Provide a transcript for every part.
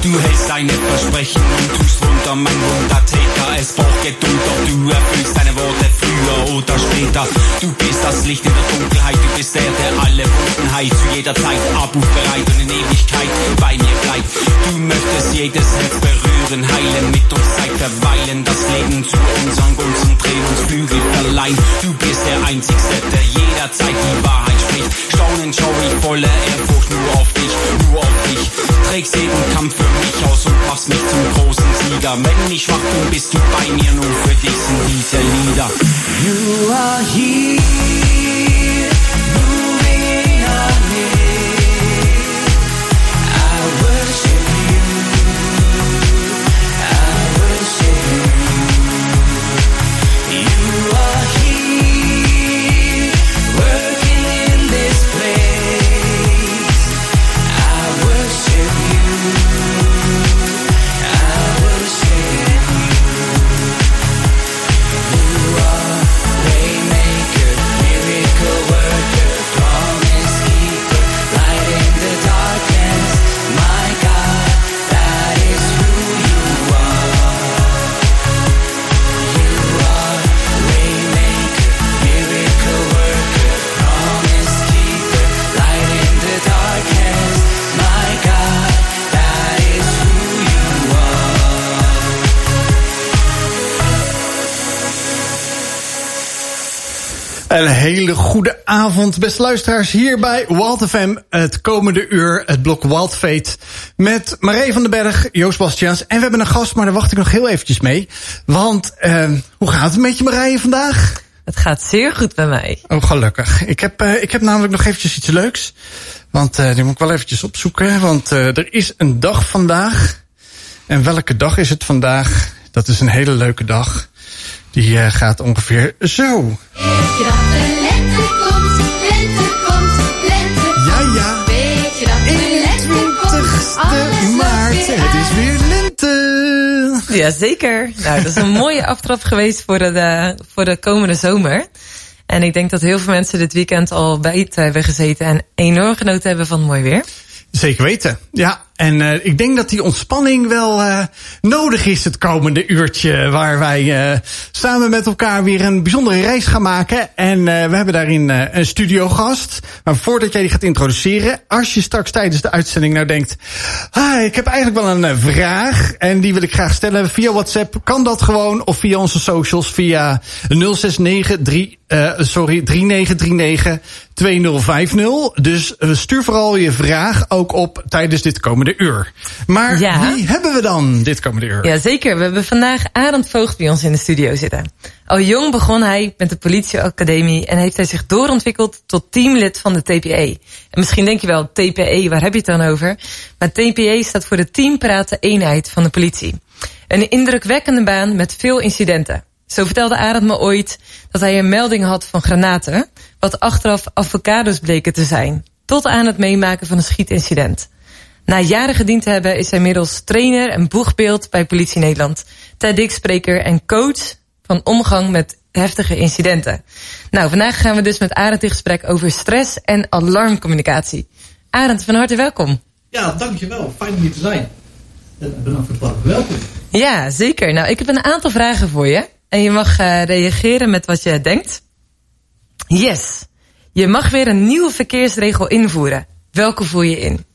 Du hältst deine Versprechen und tust Wunder, mein Wundertäter. Es braucht Geduld, doch du erfüllst deine Worte früher oder später. Du bist das Licht in der Dunkelheit, du bist der alle Wunden heilt. Zu jeder Zeit abrufbereit und in Ewigkeit bei mir bleibt. Du möchtest jedes Herz berühren, heilen, mit uns Zeit verweilen. Das Leben zu unseren Gunsten drehen, uns Flügel verleihen. Du bist der Einzigste, der jederzeit die Wahrheit spricht. Staunend schau ich voller Ehrfurcht nur auf dich, nur auf dich. Trägst jeden Kampf für mich aus und machst mich zum großen Sieger. Wenn ich schwach bin, bist du bei mir, nur für dich sind diese Lieder. You are here, moving on me. I worship you, I worship you. You are here, working in this place. I worship you, I worship you. You are waymaker, miracle worker, promise keeper, light in the darkness. My God, that is who you are. You are waymaker, miracle worker, promise keeper, light in the darkness. My God, that is who you are. Een hele goede avond, beste luisteraars, hier bij Wild FM. Het komende uur, het blok Wild Fate. Met Marije van den Berg, Joost Bastiaans. En we hebben een gast, maar daar wacht ik nog heel eventjes mee. Want, hoe gaat het met je, Marije, vandaag? Het gaat zeer goed bij mij. Oh, gelukkig. Ik heb namelijk nog eventjes iets leuks. Want die moet ik wel eventjes opzoeken. Want er is een dag vandaag. En welke dag is het vandaag? Dat is een hele leuke dag. Die gaat ongeveer zo. Weet je dat de lente komt, lente komt, lente komt? Ja. Weet je dat de lente komt? 20 maart, het is weer lente. Jazeker. Nou, dat is een mooie aftrap geweest voor de komende zomer. En ik denk dat heel veel mensen dit weekend al buiten hebben gezeten en enorm genoten hebben van het mooi weer. Zeker weten, ja. En ik denk dat die ontspanning wel nodig is het komende uurtje. Waar wij samen met elkaar weer een bijzondere reis gaan maken. En we hebben daarin een studiogast. Maar voordat jij die gaat introduceren, als je straks tijdens de uitzending nou denkt, ik heb eigenlijk wel een vraag. En die wil ik graag stellen via WhatsApp. Kan dat gewoon? Of via onze socials via 3939 2050. Dus stuur vooral je vraag ook op tijdens dit komende uur. Maar wie hebben we dan dit komende uur? Jazeker, we hebben vandaag Arend Voogd bij ons in de studio zitten. Al jong begon hij met de politieacademie en heeft hij zich doorontwikkeld tot teamlid van de TPE. En misschien denk je wel, TPE, waar heb je het dan over? Maar TPE staat voor de Teampraten Eenheid van de politie. Een indrukwekkende baan met veel incidenten. Zo vertelde Arend me ooit dat hij een melding had van granaten, wat achteraf avocados bleken te zijn, tot aan het meemaken van een schietincident. Na jaren gediend te hebben is hij inmiddels trainer en boegbeeld bij Politie Nederland, TEDx-spreker en coach van omgang met heftige incidenten. Nou, vandaag gaan we dus met Arend in gesprek over stress en alarmcommunicatie. Arend, van harte welkom. Ja, dankjewel. Fijn om hier te zijn. En bedankt voor het warme welkom. Ja, zeker. Nou, ik heb een aantal vragen voor je. En je mag reageren met wat je denkt. Yes. Je mag weer een nieuwe verkeersregel invoeren. Welke voer je in?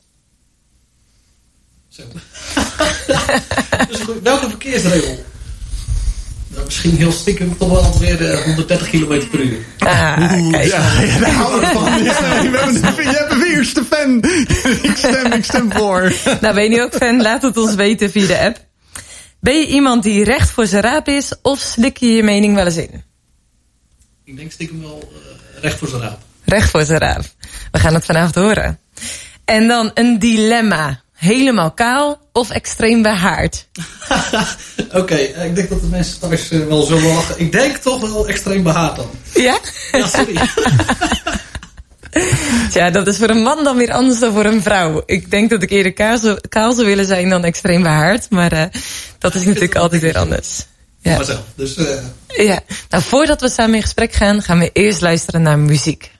Zo. Dus welke verkeersregel? Nou, misschien heel stiekem toch wel weer 130 km per uur. Kijk. Ja, daar houden we van. Je hebt een eerste fan. Ik stem voor. Nou, ben je nu ook fan? Laat het ons weten via de app. Ben je iemand die recht voor zijn raap is of slik je je mening wel eens in? Ik denk stiekem wel recht voor zijn raap. Recht voor zijn raap. We gaan het vanavond horen. En dan een dilemma. Helemaal kaal of extreem behaard? Oké, ik denk dat de mensen thuis wel zullen lachen. Ik denk toch wel extreem behaard dan. Ja? Ja, sorry. Tja, dat is voor een man dan weer anders dan voor een vrouw. Ik denk dat ik eerder kaal zou willen zijn dan extreem behaard. Maar dat is natuurlijk altijd weer anders. Ja. Mezelf, dus, ja. Nou, voordat we samen in gesprek gaan, gaan we eerst luisteren naar muziek.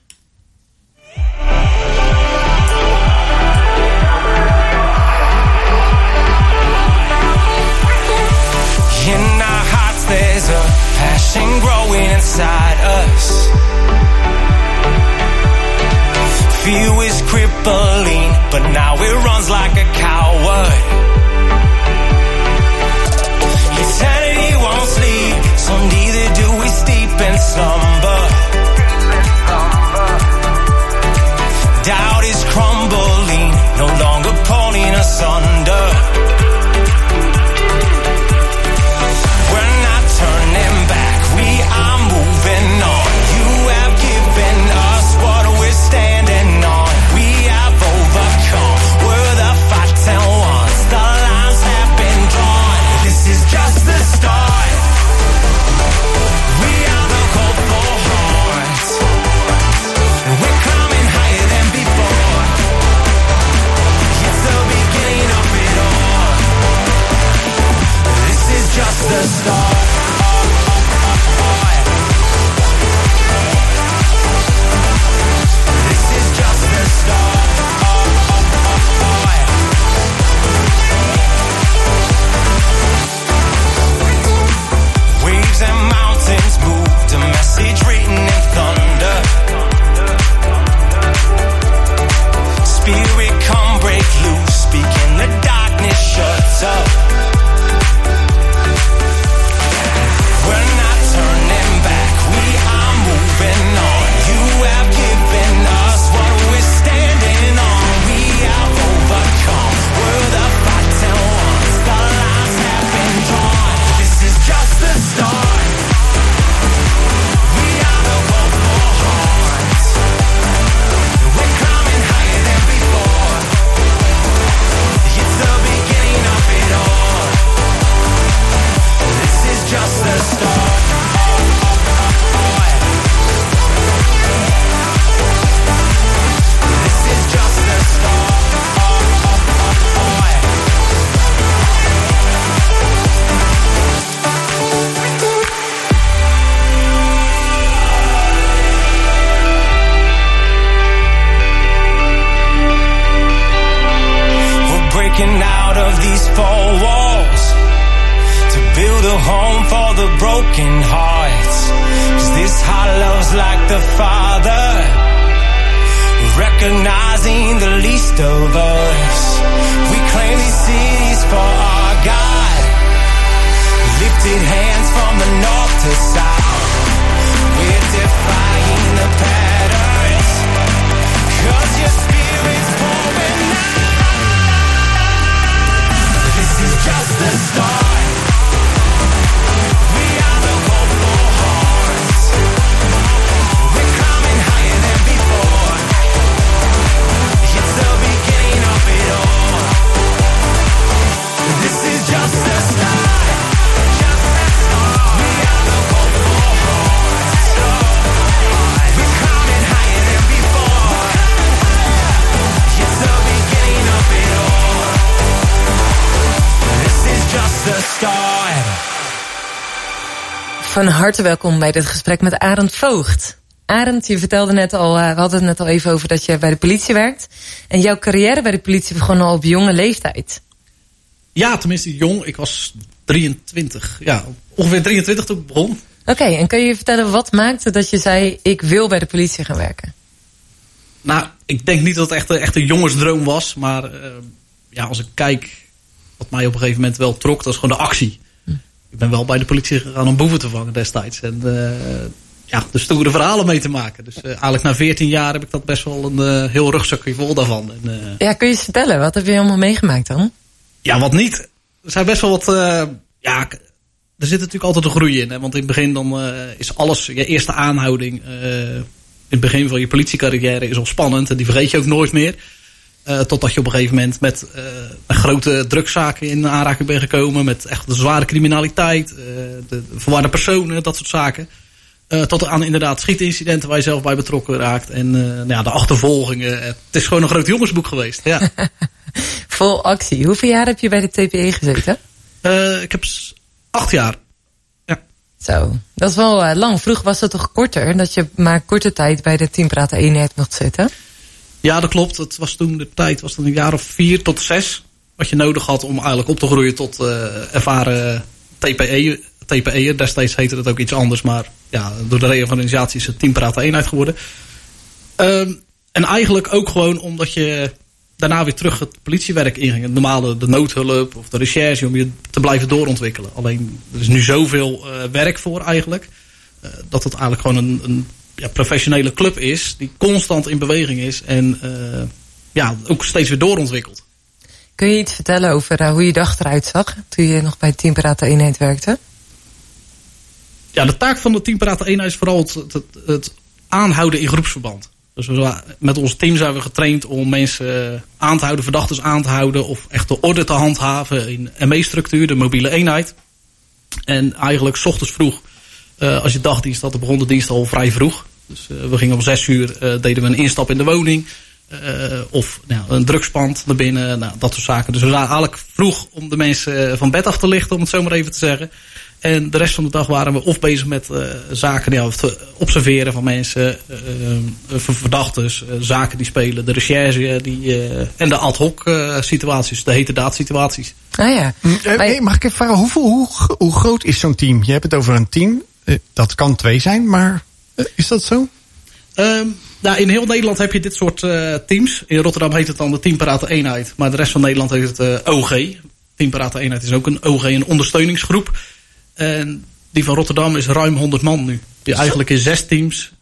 home for the broken hearts. Is this how love's like the Father? Recognizing the least of us. We claim these cities for our God. Lifted hands from the north to south. We're defying the patterns. 'Cause your spirit's pouring out. This is just the start. We are the hopeful hearts. We're climbing higher than before. It's the beginning of it all. This is just the start. Just the start. We are the hopeful hearts. We're climbing higher than before. It's the beginning of it all. This is just the start. Van harte welkom bij dit gesprek met Arend Voogd. Arend, je vertelde net al, we hadden het net al even over dat je bij de politie werkt. En jouw carrière bij de politie begon al op jonge leeftijd. Ja, tenminste jong. Ik was 23. Ja, ongeveer 23 toen ik begon. Oké, en kun je je vertellen wat maakte dat je zei, ik wil bij de politie gaan werken? Nou, ik denk niet dat het echt een jongensdroom was. Maar ja, als ik kijk wat mij op een gegeven moment wel trok, dat is gewoon de actie. Ik ben wel bij de politie gegaan om boeven te vangen destijds. En ja, de stoere verhalen mee te maken. Dus eigenlijk na 14 jaar heb ik dat best wel een heel rugzakje vol daarvan. En, ja, kun je eens vertellen, wat heb je allemaal meegemaakt dan? Ja, wat niet. Er zijn best wel wat... ja, er zit natuurlijk altijd een groei in. Hè? Want in het begin dan is alles... Je eerste aanhouding in het begin van je politiecarrière is al spannend. En die vergeet je ook nooit meer. Totdat je op een gegeven moment met grote drugszaken in aanraking bent gekomen. Met echt de zware criminaliteit. De verwarde personen, dat soort zaken. Tot aan inderdaad schietincidenten waar je zelf bij betrokken raakt. En nou ja, de achtervolgingen. Het is gewoon een groot jongensboek geweest. Ja. Vol actie. Hoeveel jaar heb je bij de TPE gezeten? Ik heb 8 jaar. Ja. Zo, dat is wel lang. Vroeger was dat toch korter? Dat je maar korte tijd bij de teampraten eenheid mocht zitten? Ja, dat klopt. Het was toen de tijd was dan een jaar of 4 tot 6. Wat je nodig had om eigenlijk op te groeien tot ervaren TPE'er. Destijds heette dat ook iets anders. Maar ja, door de reorganisatie is het teampraten eenheid geworden. En eigenlijk ook gewoon omdat je daarna weer terug het politiewerk inging. Het normale, de noodhulp of de recherche, om je te blijven doorontwikkelen. Alleen, er is nu zoveel werk voor eigenlijk. Dat het eigenlijk gewoon een professionele club is. Die constant in beweging is. En ja, ook steeds weer doorontwikkelt. Kun je iets vertellen over hoe je dag eruit zag toen je nog bij het teampraten eenheid werkte? Ja, de taak van de teampraten eenheid is vooral het aanhouden in groepsverband. Dus met ons team zijn we getraind om mensen aan te houden, verdachten aan te houden. Of echt de orde te handhaven in ME-structuur, de mobiele eenheid. En eigenlijk 's ochtends vroeg, als je dagdienst had, dan begon de dienst al vrij vroeg. Dus we gingen om 6 uur, deden we een instap in de woning. Of nou, een drugspand naar binnen, nou, dat soort zaken. Dus we waren eigenlijk vroeg om de mensen van bed af te lichten, om het zo maar even te zeggen. En de rest van de dag waren we of bezig met zaken, ja, te observeren van mensen, verdachtes, zaken die spelen, de recherche en de ad hoc situaties, de heterdaad-situaties. Ah ja. Mag ik even vragen, hoe groot is zo'n team? Je hebt het over een team, dat kan 2 zijn, maar is dat zo? Nou, in heel Nederland heb je dit soort teams. In Rotterdam heet het dan de Teampraten eenheid, maar de rest van Nederland heet het OG. Teampraten eenheid is ook een OG, een ondersteuningsgroep. En die van Rotterdam is ruim 100 man nu. Die eigenlijk in 6 teams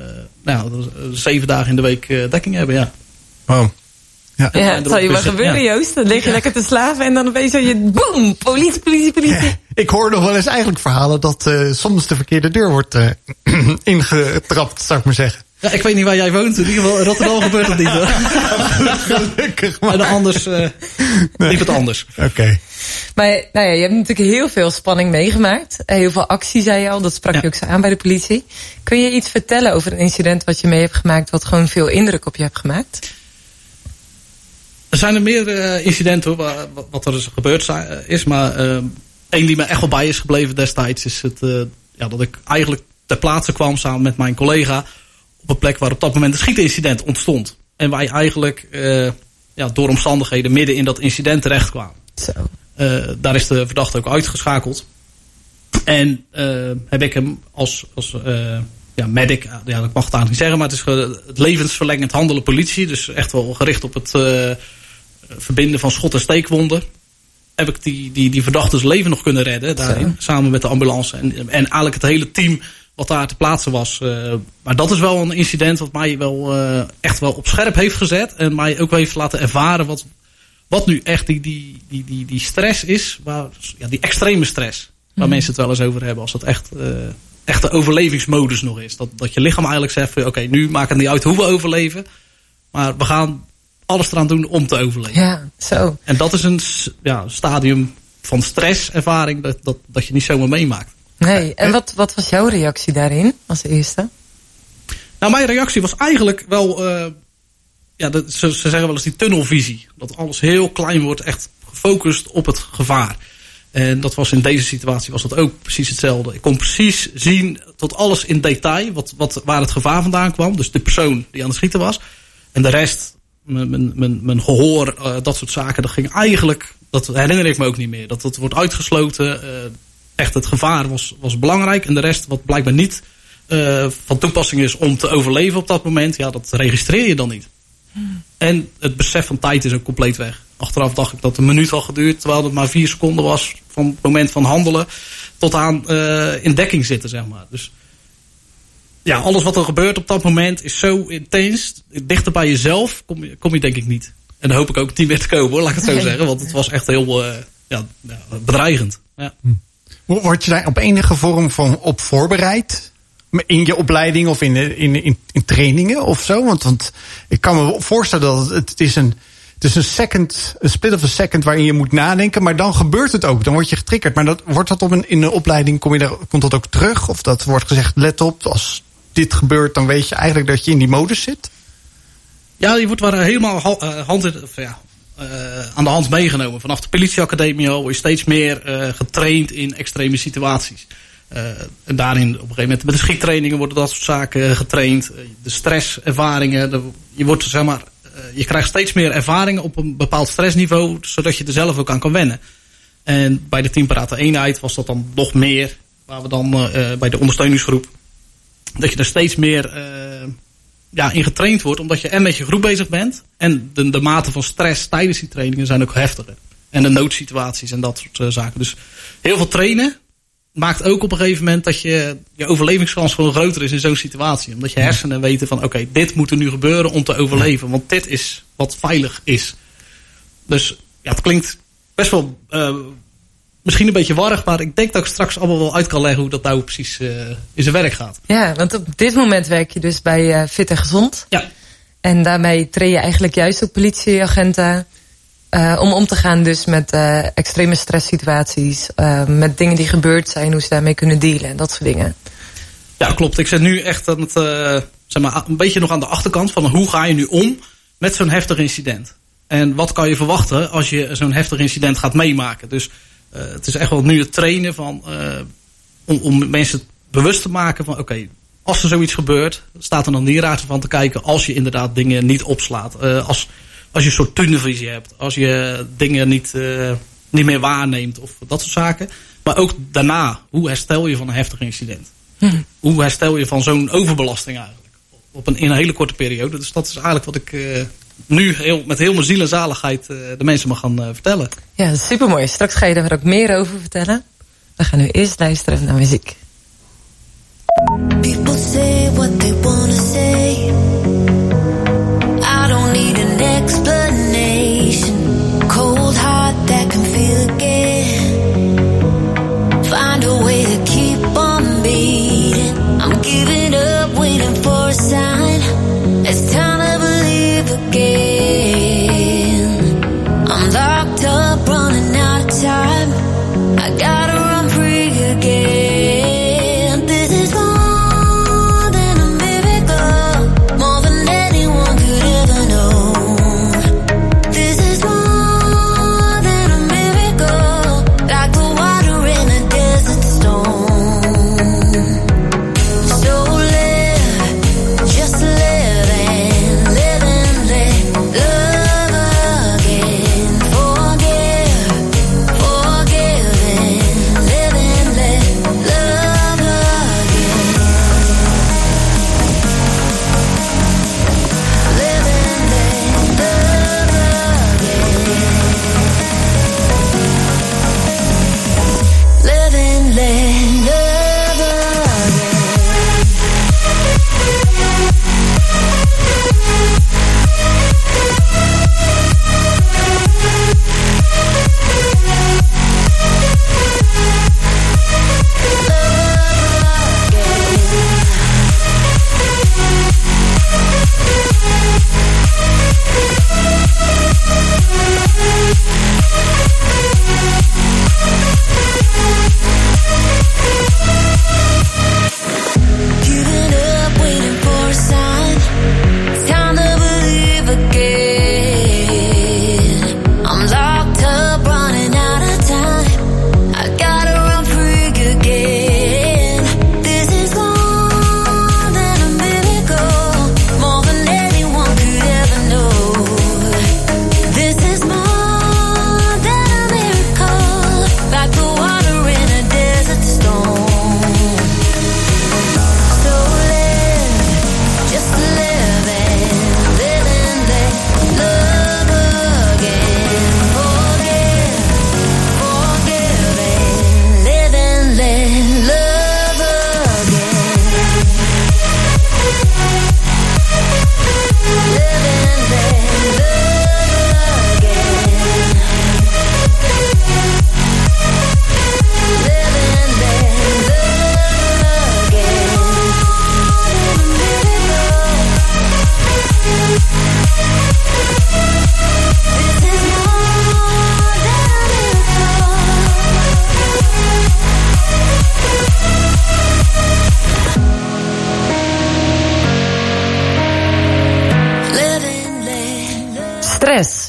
7 dagen in de week dekking hebben, ja. Wow. Ja, het zal je wel gebeuren, ja. Joost. Dan lig je lekker te slaven en dan opeens zo je boem, politie. Ja, ik hoor nog wel eens eigenlijk verhalen dat soms de verkeerde deur wordt ingetrapt, zou ik maar zeggen. Ja, ik weet niet waar jij woont. In ieder geval in Rotterdam gebeurt dat niet. Hoor. Gelukkig. Maar. En anders liep het anders. Oké. Maar nou ja, je hebt natuurlijk heel veel spanning meegemaakt. Heel veel actie, zei je al. Dat sprak je ook zo aan bij de politie. Kun je iets vertellen over een incident wat je mee hebt gemaakt, wat gewoon veel indruk op je hebt gemaakt? Er zijn er meer incidenten wat er gebeurd is. Maar één die me echt wel bij is gebleven destijds is het dat ik eigenlijk ter plaatse kwam samen met mijn collega op een plek waar op dat moment een schietincident ontstond. En wij eigenlijk door omstandigheden midden in dat incident terecht kwamen. Zo. Daar is de verdachte ook uitgeschakeld. En heb ik hem als medic, ik mag het eigenlijk niet zeggen, maar het is het levensverlengend handelen politie. Dus echt wel gericht op het verbinden van schot- en steekwonden. Heb ik die verdachtes leven nog kunnen redden daarin. Samen met de ambulance en eigenlijk het hele team wat daar te plaatsen was. Maar dat is wel een incident wat mij wel echt wel op scherp heeft gezet. En mij ook heeft laten ervaren wat nu echt die stress is. Die extreme stress. Waar mensen het wel eens over hebben. Als dat echt de overlevingsmodus nog is. Dat je lichaam eigenlijk zegt, oké, nu maakt het niet uit hoe we overleven. Maar we gaan alles eraan doen om te overleven. Ja, zo. En dat is een stadium van stresservaring dat je niet zomaar meemaakt. Nee, en wat was jouw reactie daarin als eerste? Nou, mijn reactie was eigenlijk wel... ze zeggen wel eens die tunnelvisie. Dat alles heel klein wordt, echt gefocust op het gevaar. En dat was in deze situatie was dat ook precies hetzelfde. Ik kon precies zien tot alles in detail waar het gevaar vandaan kwam. Dus de persoon die aan het schieten was. En de rest, mijn gehoor, dat soort zaken, dat ging eigenlijk... Dat herinner ik me ook niet meer. Dat wordt uitgesloten. Echt het gevaar was belangrijk. En de rest, wat blijkbaar niet van toepassing is om te overleven op dat moment... ja, dat registreer je dan niet. En het besef van tijd is ook compleet weg. Achteraf dacht ik dat een minuut al geduurd... terwijl het maar 4 seconden was van het moment van handelen... tot aan in dekking zitten, zeg maar. Dus ja, alles wat er gebeurt op dat moment is zo intens. Dichter bij jezelf kom je denk ik niet. En daar hoop ik ook niet meer te komen, hoor, laat ik het zo zeggen. Want het was echt heel bedreigend. Ja. Word je daar op enige vorm van op voorbereid? In je opleiding of in trainingen of zo? Want ik kan me voorstellen dat het is een split of a second waarin je moet nadenken. Maar dan gebeurt het ook. Dan word je getriggerd. Maar wordt dat in een opleiding, komt dat ook terug? Of dat wordt gezegd, let op, als dit gebeurt, dan weet je eigenlijk dat je in die modus zit? Ja, je wordt wel helemaal aan de hand meegenomen. Vanaf de politieacademie al word je steeds meer getraind in extreme situaties. En daarin op een gegeven moment met de schiktrainingen worden dat soort zaken getraind. De stresservaringen. Je krijgt steeds meer ervaringen op een bepaald stressniveau, zodat je er zelf ook aan kan wennen. En bij de 10 paraten eenheid was dat dan nog meer. Waar we dan bij de ondersteuningsgroep, dat je er steeds meer in getraind wordt, omdat je en met je groep bezig bent. En de mate van stress tijdens die trainingen zijn ook heftiger. En de noodsituaties en dat soort zaken. Dus heel veel trainen maakt ook op een gegeven moment dat je overlevingskans gewoon groter is in zo'n situatie. Omdat je hersenen weten van oké, dit moet er nu gebeuren om te overleven. Want dit is wat veilig is. Dus ja, het klinkt best wel misschien een beetje warrig. Maar ik denk dat ik straks allemaal wel uit kan leggen hoe dat nou precies in zijn werk gaat. Ja, want op dit moment werk je dus bij Fit en Gezond. Ja. En daarmee train je eigenlijk juist ook politieagenten om te gaan dus met extreme stresssituaties, met dingen die gebeurd zijn, hoe ze daarmee kunnen dealen en dat soort dingen. Ja, klopt. Ik zit nu echt aan het, een beetje nog aan de achterkant van hoe ga je nu om met zo'n heftig incident. En wat kan je verwachten als je zo'n heftig incident gaat meemaken. Dus het is echt wel nu het trainen van om mensen bewust te maken van oké, als er zoiets gebeurt, staat er dan niet raar van te kijken als je inderdaad dingen niet opslaat. Als je een soort tunnelvisie hebt. Als je dingen niet meer waarneemt. Of dat soort zaken. Maar ook daarna. Hoe herstel je van een heftig incident? Hoe herstel je van zo'n overbelasting eigenlijk? In een hele korte periode. Dus dat is eigenlijk wat ik nu met heel mijn ziel en zaligheid de mensen mag gaan vertellen. Ja, supermooi. Straks ga je daar ook meer over vertellen. We gaan nu eerst luisteren naar muziek. People say what they wanna say. I don't need an explanation. Cold heart that can feel again. Find a way to keep on beating. I'm giving up, waiting for a sign. It's time to believe again. I'm locked up, running out of time. I gotta run free again. Forgive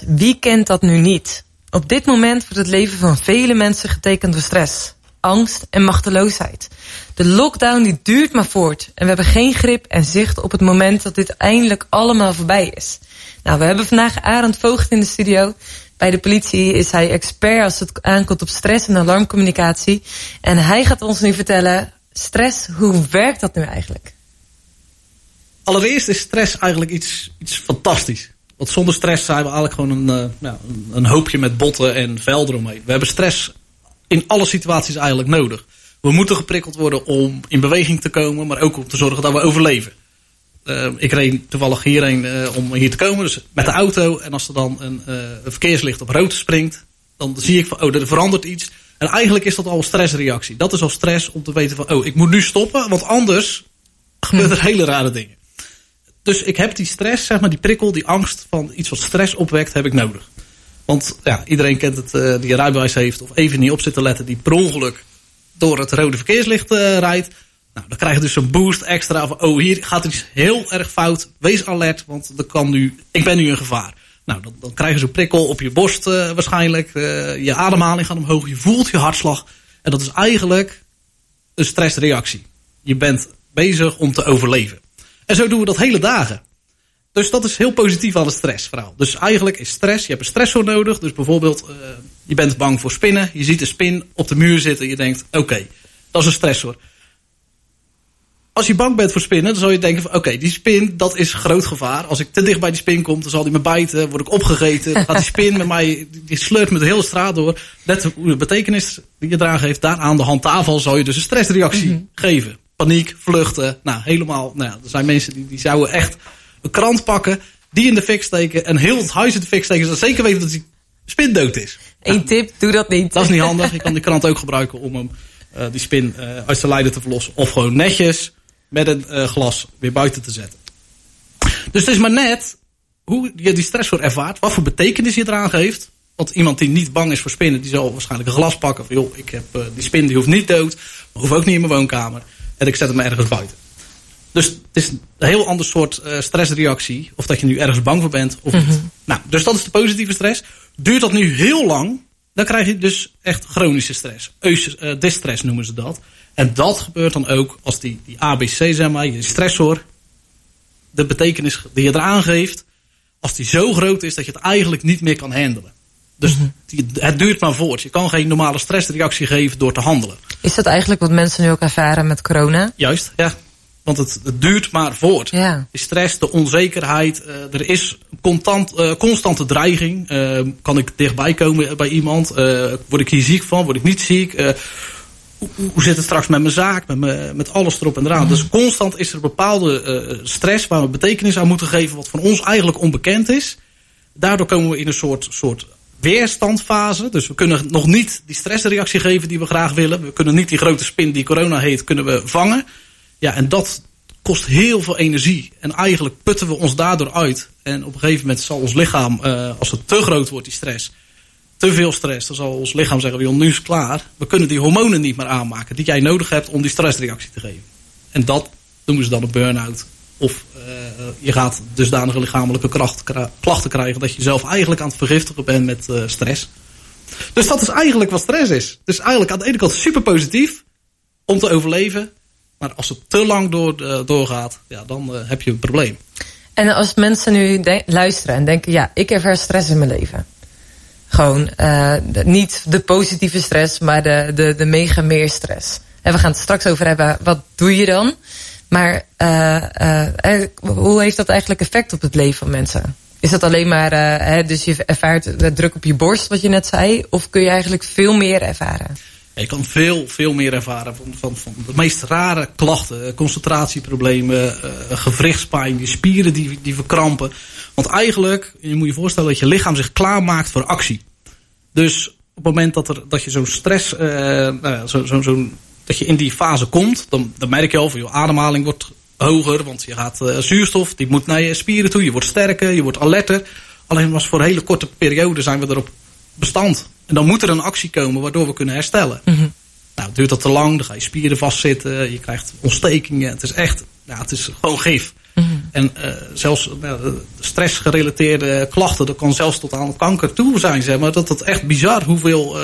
wie kent dat nu niet? Op dit moment wordt het leven van vele mensen getekend door stress, angst en machteloosheid. De lockdown die duurt maar voort en we hebben geen grip en zicht op het moment dat dit eindelijk allemaal voorbij is. Nou, we hebben vandaag Arend Voogd in de studio. Bij de politie is hij expert als het aankomt op stress en alarmcommunicatie. En hij gaat ons nu vertellen, stress, hoe werkt dat nu eigenlijk? Allereerst is stress eigenlijk iets fantastisch. Want zonder stress zijn we eigenlijk gewoon een hoopje met botten en vel eromheen. We hebben stress in alle situaties eigenlijk nodig. We moeten geprikkeld worden om in beweging te komen, maar ook om te zorgen dat we overleven. Ik reed toevallig hierheen om hier te komen, dus met de auto. En als er dan een verkeerslicht op rood springt, dan zie ik van, er verandert iets. En eigenlijk is dat al een stressreactie. Dat is al stress om te weten van, ik moet nu stoppen, want anders gebeuren er hele rare dingen. Dus ik heb die stress, zeg maar, die prikkel, die angst van iets wat stress opwekt, heb ik nodig. Want ja, iedereen kent het die een rijbewijs heeft of even niet op zit te letten, die per ongeluk door het rode verkeerslicht rijdt. Nou, dan krijg je dus zo'n boost extra van, hier gaat er iets heel erg fout. Wees alert, want ik ben nu in gevaar. Nou, dan krijg je zo'n prikkel op je borst waarschijnlijk. Je ademhaling gaat omhoog, je voelt je hartslag. En dat is eigenlijk een stressreactie. Je bent bezig om te overleven. En zo doen we dat hele dagen. Dus dat is heel positief aan het stressverhaal. Dus eigenlijk is stress, je hebt een stressor nodig. Dus bijvoorbeeld, je bent bang voor spinnen. Je ziet een spin op de muur zitten. Je denkt, oké, dat is een stressor. Als je bang bent voor spinnen, dan zou je denken van, oké, die spin, dat is groot gevaar. Als ik te dicht bij die spin kom, dan zal die me bijten. Word ik opgegeten. Dan gaat die spin met mij, die sleurt me de hele straat door. Let hoe de betekenis die je eraan geeft. Daar aan de handtafel zou je dus een stressreactie geven. Paniek, vluchten, helemaal. Er zijn mensen die zouden echt een krant pakken, die in de fik steken en heel het huis in de fik steken, zodat ze zeker weten dat die spin dood is. Eén tip, doe dat niet. Dat is niet handig. Je kan die krant ook gebruiken om hem, die spin uit zijn lijden te verlossen. Of gewoon netjes met een glas weer buiten te zetten. Dus het is maar net hoe je die stressor ervaart, wat voor betekenis je eraan geeft. Want iemand die niet bang is voor spinnen, die zal waarschijnlijk een glas pakken van, ik heb die spin, die hoeft niet dood, maar hoeft ook niet in mijn woonkamer. En ik zet hem ergens buiten. Dus het is een heel ander soort stressreactie. Of dat je nu ergens bang voor bent of niet. Nou, dus dat is de positieve stress. Duurt dat nu heel lang, dan krijg je dus echt chronische stress. Distress noemen ze dat. En dat gebeurt dan ook als die ABC, zeg maar, je stressor, de betekenis die je eraan geeft, als die zo groot is dat je het eigenlijk niet meer kan handelen. Dus het duurt maar voort. Je kan geen normale stressreactie geven door te handelen. Is dat eigenlijk wat mensen nu ook ervaren met corona? Juist, ja. Want het duurt maar voort. Ja. De stress, de onzekerheid. Er is constante dreiging. Kan ik dichtbij komen bij iemand? Word ik hier ziek van? Word ik niet ziek? Hoe zit het straks met mijn zaak? Met alles erop en eraan. Dus constant is er een bepaalde stress waar we betekenis aan moeten geven. Wat van ons eigenlijk onbekend is. Daardoor komen we in een soort weerstandfase. Dus we kunnen nog niet die stressreactie geven die we graag willen. We kunnen niet die grote spin die corona heet, kunnen we vangen. Ja, en dat kost heel veel energie. En eigenlijk putten we ons daardoor uit. En op een gegeven moment zal ons lichaam, als het te groot wordt, die stress, te veel stress, dan zal ons lichaam zeggen, nu is het klaar. We kunnen die hormonen niet meer aanmaken die jij nodig hebt om die stressreactie te geven. En dat noemen ze dan een burn-out. Of je gaat dusdanige lichamelijke klachten krijgen dat je zelf eigenlijk aan het vergiftigen bent met stress. Dus dat is eigenlijk wat stress is. Dus eigenlijk aan de ene kant super positief om te overleven. Maar als het te lang doorgaat, ja, dan heb je een probleem. En als mensen nu luisteren en denken, ik ervaar stress in mijn leven. Gewoon niet de positieve stress, maar de mega meer stress. En we gaan het straks over hebben, wat doe je dan? Maar hoe heeft dat eigenlijk effect op het leven van mensen? Is dat alleen maar, dus je ervaart de druk op je borst, wat je net zei? Of kun je eigenlijk veel meer ervaren? Ja, je kan veel meer ervaren van de meest rare klachten. Concentratieproblemen, gewrichtspijn, je spieren die verkrampen. Want eigenlijk, je moet je voorstellen dat je lichaam zich klaarmaakt voor actie. Dus op het moment dat je zo'n stress, dat je in die fase komt, dan merk je al van je ademhaling wordt hoger. Want je gaat zuurstof, die moet naar je spieren toe. Je wordt sterker, je wordt alerter. Alleen was voor een hele korte periode zijn we erop bestand. En dan moet er een actie komen waardoor we kunnen herstellen. Nou, duurt dat te lang, dan ga je spieren vastzitten. Je krijgt ontstekingen. Het is echt, het is gewoon gif. En zelfs stressgerelateerde klachten, dat kan zelfs tot aan kanker toe zijn. Zeg maar. Dat echt bizar hoeveel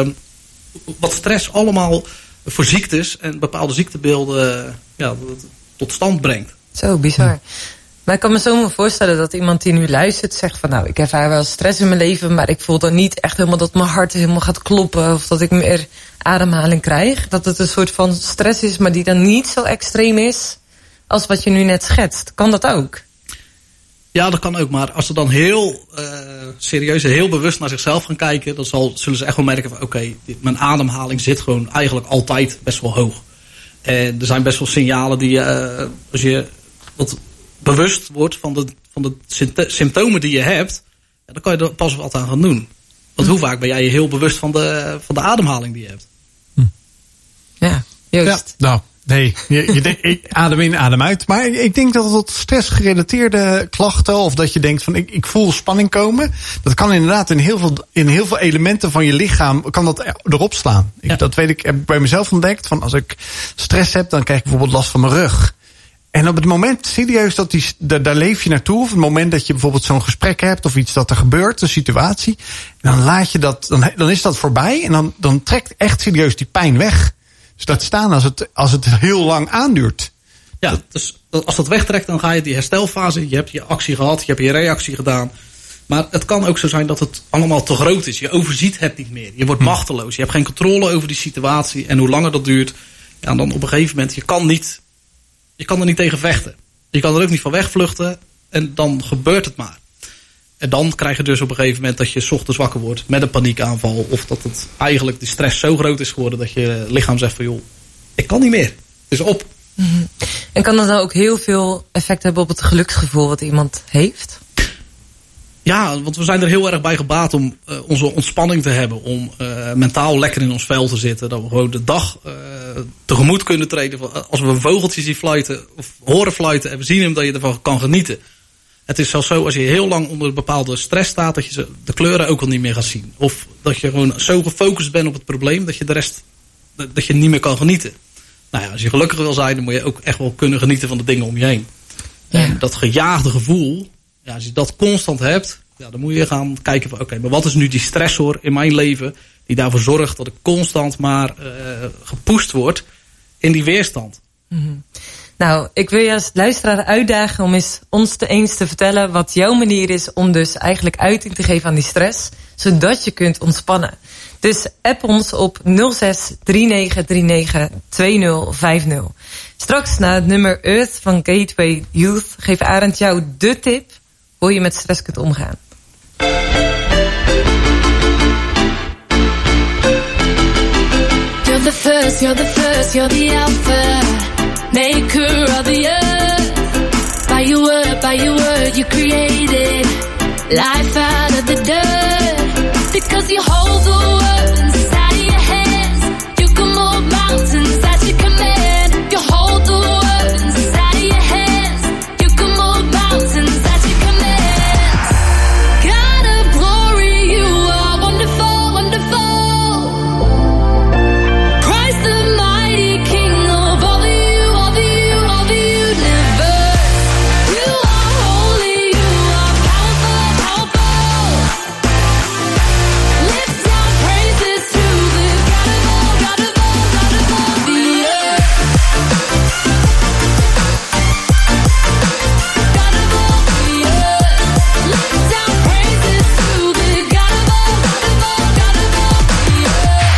wat stress allemaal voor ziektes en bepaalde ziektebeelden tot stand brengt. Zo bizar. Maar ik kan me zo voorstellen dat iemand die nu luistert zegt van nou, ik ervaar wel stress in mijn leven, maar ik voel dan niet echt helemaal dat mijn hart helemaal gaat kloppen of dat ik meer ademhaling krijg. Dat het een soort van stress is, maar die dan niet zo extreem is als wat je nu net schetst. Kan dat ook? Ja, dat kan ook. Maar als ze dan heel serieus en heel bewust naar zichzelf gaan kijken, dan zullen ze echt wel merken van oké, mijn ademhaling zit gewoon eigenlijk altijd best wel hoog. En er zijn best wel signalen die als je wat bewust wordt van de symptomen die je hebt, dan kan je er pas wat aan gaan doen. Want hoe vaak ben jij je heel bewust van de ademhaling die je hebt? Ja, Joost. Ja, nou, nee, je denkt, ik adem in, adem uit. Maar ik denk dat het stressgerelateerde klachten, of dat je denkt van ik voel spanning komen, dat kan inderdaad in heel veel elementen van je lichaam kan dat erop slaan. Dat weet ik, heb ik bij mezelf ontdekt. Van als ik stress heb, dan krijg ik bijvoorbeeld last van mijn rug. En op het moment, serieus, daar leef je naartoe. Of het moment dat je bijvoorbeeld zo'n gesprek hebt of iets dat er gebeurt, een situatie. En dan laat je dat, dan is dat voorbij. En dan trekt echt serieus die pijn weg. Dus dat staan als het heel lang aanduurt. Ja, dus als dat wegtrekt, dan ga je die herstelfase. Je hebt je actie gehad, je hebt je reactie gedaan. Maar het kan ook zo zijn dat het allemaal te groot is. Je overziet het niet meer. Je wordt machteloos. Je hebt geen controle over die situatie. En hoe langer dat duurt, ja, dan op een gegeven moment, je kan er niet tegen vechten. Je kan er ook niet van wegvluchten. En dan gebeurt het maar. En dan krijg je dus op een gegeven moment dat je 's ochtends wakker wordt met een paniekaanval. Of dat het eigenlijk de stress zo groot is geworden dat je lichaam zegt van joh, ik kan niet meer. Het is op. Mm-hmm. En kan dat dan ook heel veel effect hebben op het geluksgevoel wat iemand heeft? Ja, want we zijn er heel erg bij gebaat om onze ontspanning te hebben. Om mentaal lekker in ons vel te zitten. Dat we gewoon de dag tegemoet kunnen treden. Als we een vogeltje zien fluiten of horen fluiten en we zien hem, dat je ervan kan genieten. Het is zelfs zo, als je heel lang onder een bepaalde stress staat, dat je de kleuren ook al niet meer gaat zien. Of dat je gewoon zo gefocust bent op het probleem, dat je de rest dat je niet meer kan genieten. Nou ja, als je gelukkig wil zijn, dan moet je ook echt wel kunnen genieten van de dingen om je heen. Ja. En dat gejaagde gevoel, ja, als je dat constant hebt, ja, dan moet je gaan kijken van oké, maar wat is nu die stressor in mijn leven die daarvoor zorgt dat ik constant maar gepusht word in die weerstand. Mm-hmm. Nou, ik wil je als luisteraar uitdagen om ons eens te vertellen wat jouw manier is om dus eigenlijk uiting te geven aan die stress, zodat je kunt ontspannen. Dus app ons op 06 3939 2050. Straks na het nummer Earth van Gateway Youth geeft Arend jou de tip hoe je met stress kunt omgaan. You're the first, you're the first, you're the alpha, maker of the earth. By your word, you created life out of the dirt. Because you hold the world inside of your hands. You can move mountains at your command. You hold the world inside of your hands. You can move mountains at your command. God of glory, you are wonderful, wonderful. Christ the mighty King of all the universe. You are holy, you are powerful, powerful. Lift our praises to the God of the earth. God of all the earth. Lift our praises to the God of the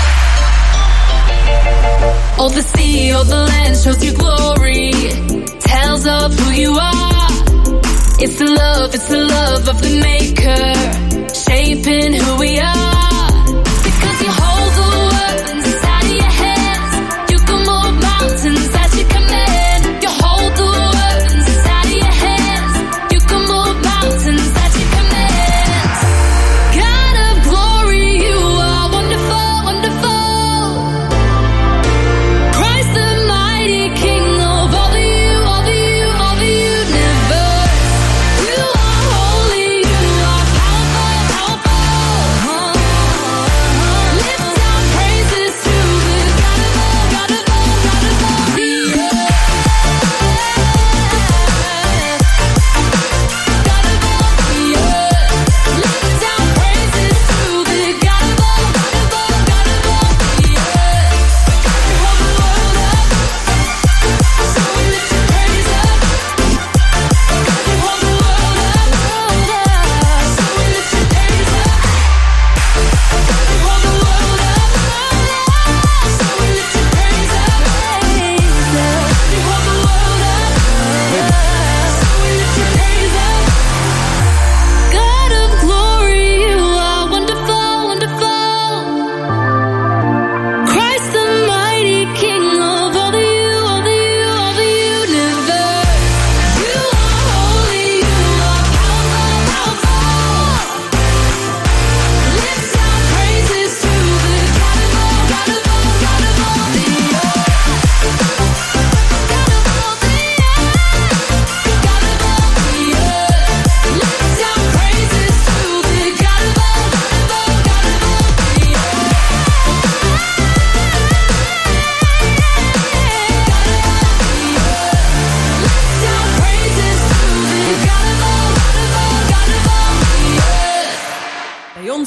earth. All the sea, all the land shows your glory, tells of who you are. It's the love of the Maker, shaping who we are. Because you hold the world inside of your hands. You can move mountains at your command. You hold the world inside of your hands. You can move mountains at your command. God of glory, you are wonderful, wonderful. Christ the mighty King of all the universe. You are holy, you are powerful, powerful. Lift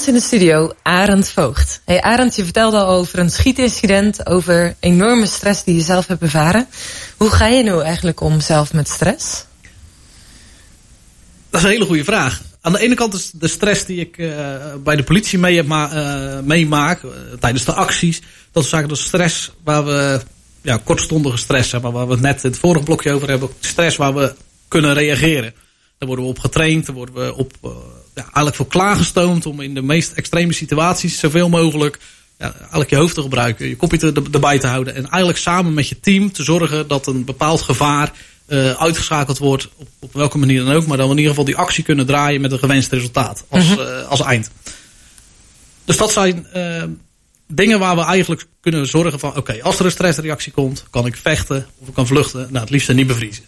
in de studio Arend Voogd. Hey Arend, je vertelde al over een schietincident, over enorme stress die je zelf hebt ervaren. Hoe ga je nu eigenlijk om zelf met stress? Dat is een hele goede vraag. Aan de ene kant is de stress die ik bij de politie meemaak tijdens de acties. Dat is eigenlijk de stress waar we, kortstondige stress hebben. Waar we het net in het vorige blokje over hebben. Stress waar we kunnen reageren. Daar worden we op getraind. Daar worden we op eigenlijk voor klaargestoomd om in de meest extreme situaties zoveel mogelijk eigenlijk je hoofd te gebruiken. Je kopje erbij te houden. En eigenlijk samen met je team te zorgen dat een bepaald gevaar uitgeschakeld wordt. Op welke manier dan ook. Maar dat we in ieder geval die actie kunnen draaien met een gewenst resultaat. Als eind. Dus dat zijn dingen waar we eigenlijk kunnen zorgen van... Oké, als er een stressreactie komt, kan ik vechten of ik kan vluchten. Nou, het liefst niet bevriezen.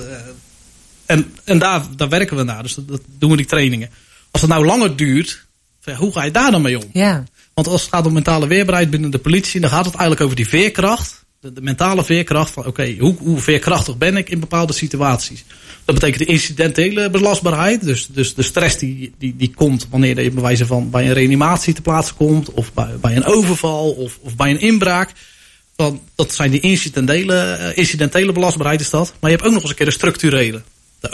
En daar werken we naar. Dus dat doen we die trainingen. Als het nou langer duurt, hoe ga je daar dan mee om? Ja. Want als het gaat om mentale weerbaarheid binnen de politie... dan gaat het eigenlijk over die veerkracht. De mentale veerkracht van oké, hoe veerkrachtig ben ik in bepaalde situaties. Dat betekent de incidentele belastbaarheid. Dus de stress die komt wanneer je bij wijze van bij een reanimatie te plaatsen komt. Of bij een overval of bij een inbraak. Dat zijn die incidentele belastbaarheid is dat. Maar je hebt ook nog eens een keer de structurele.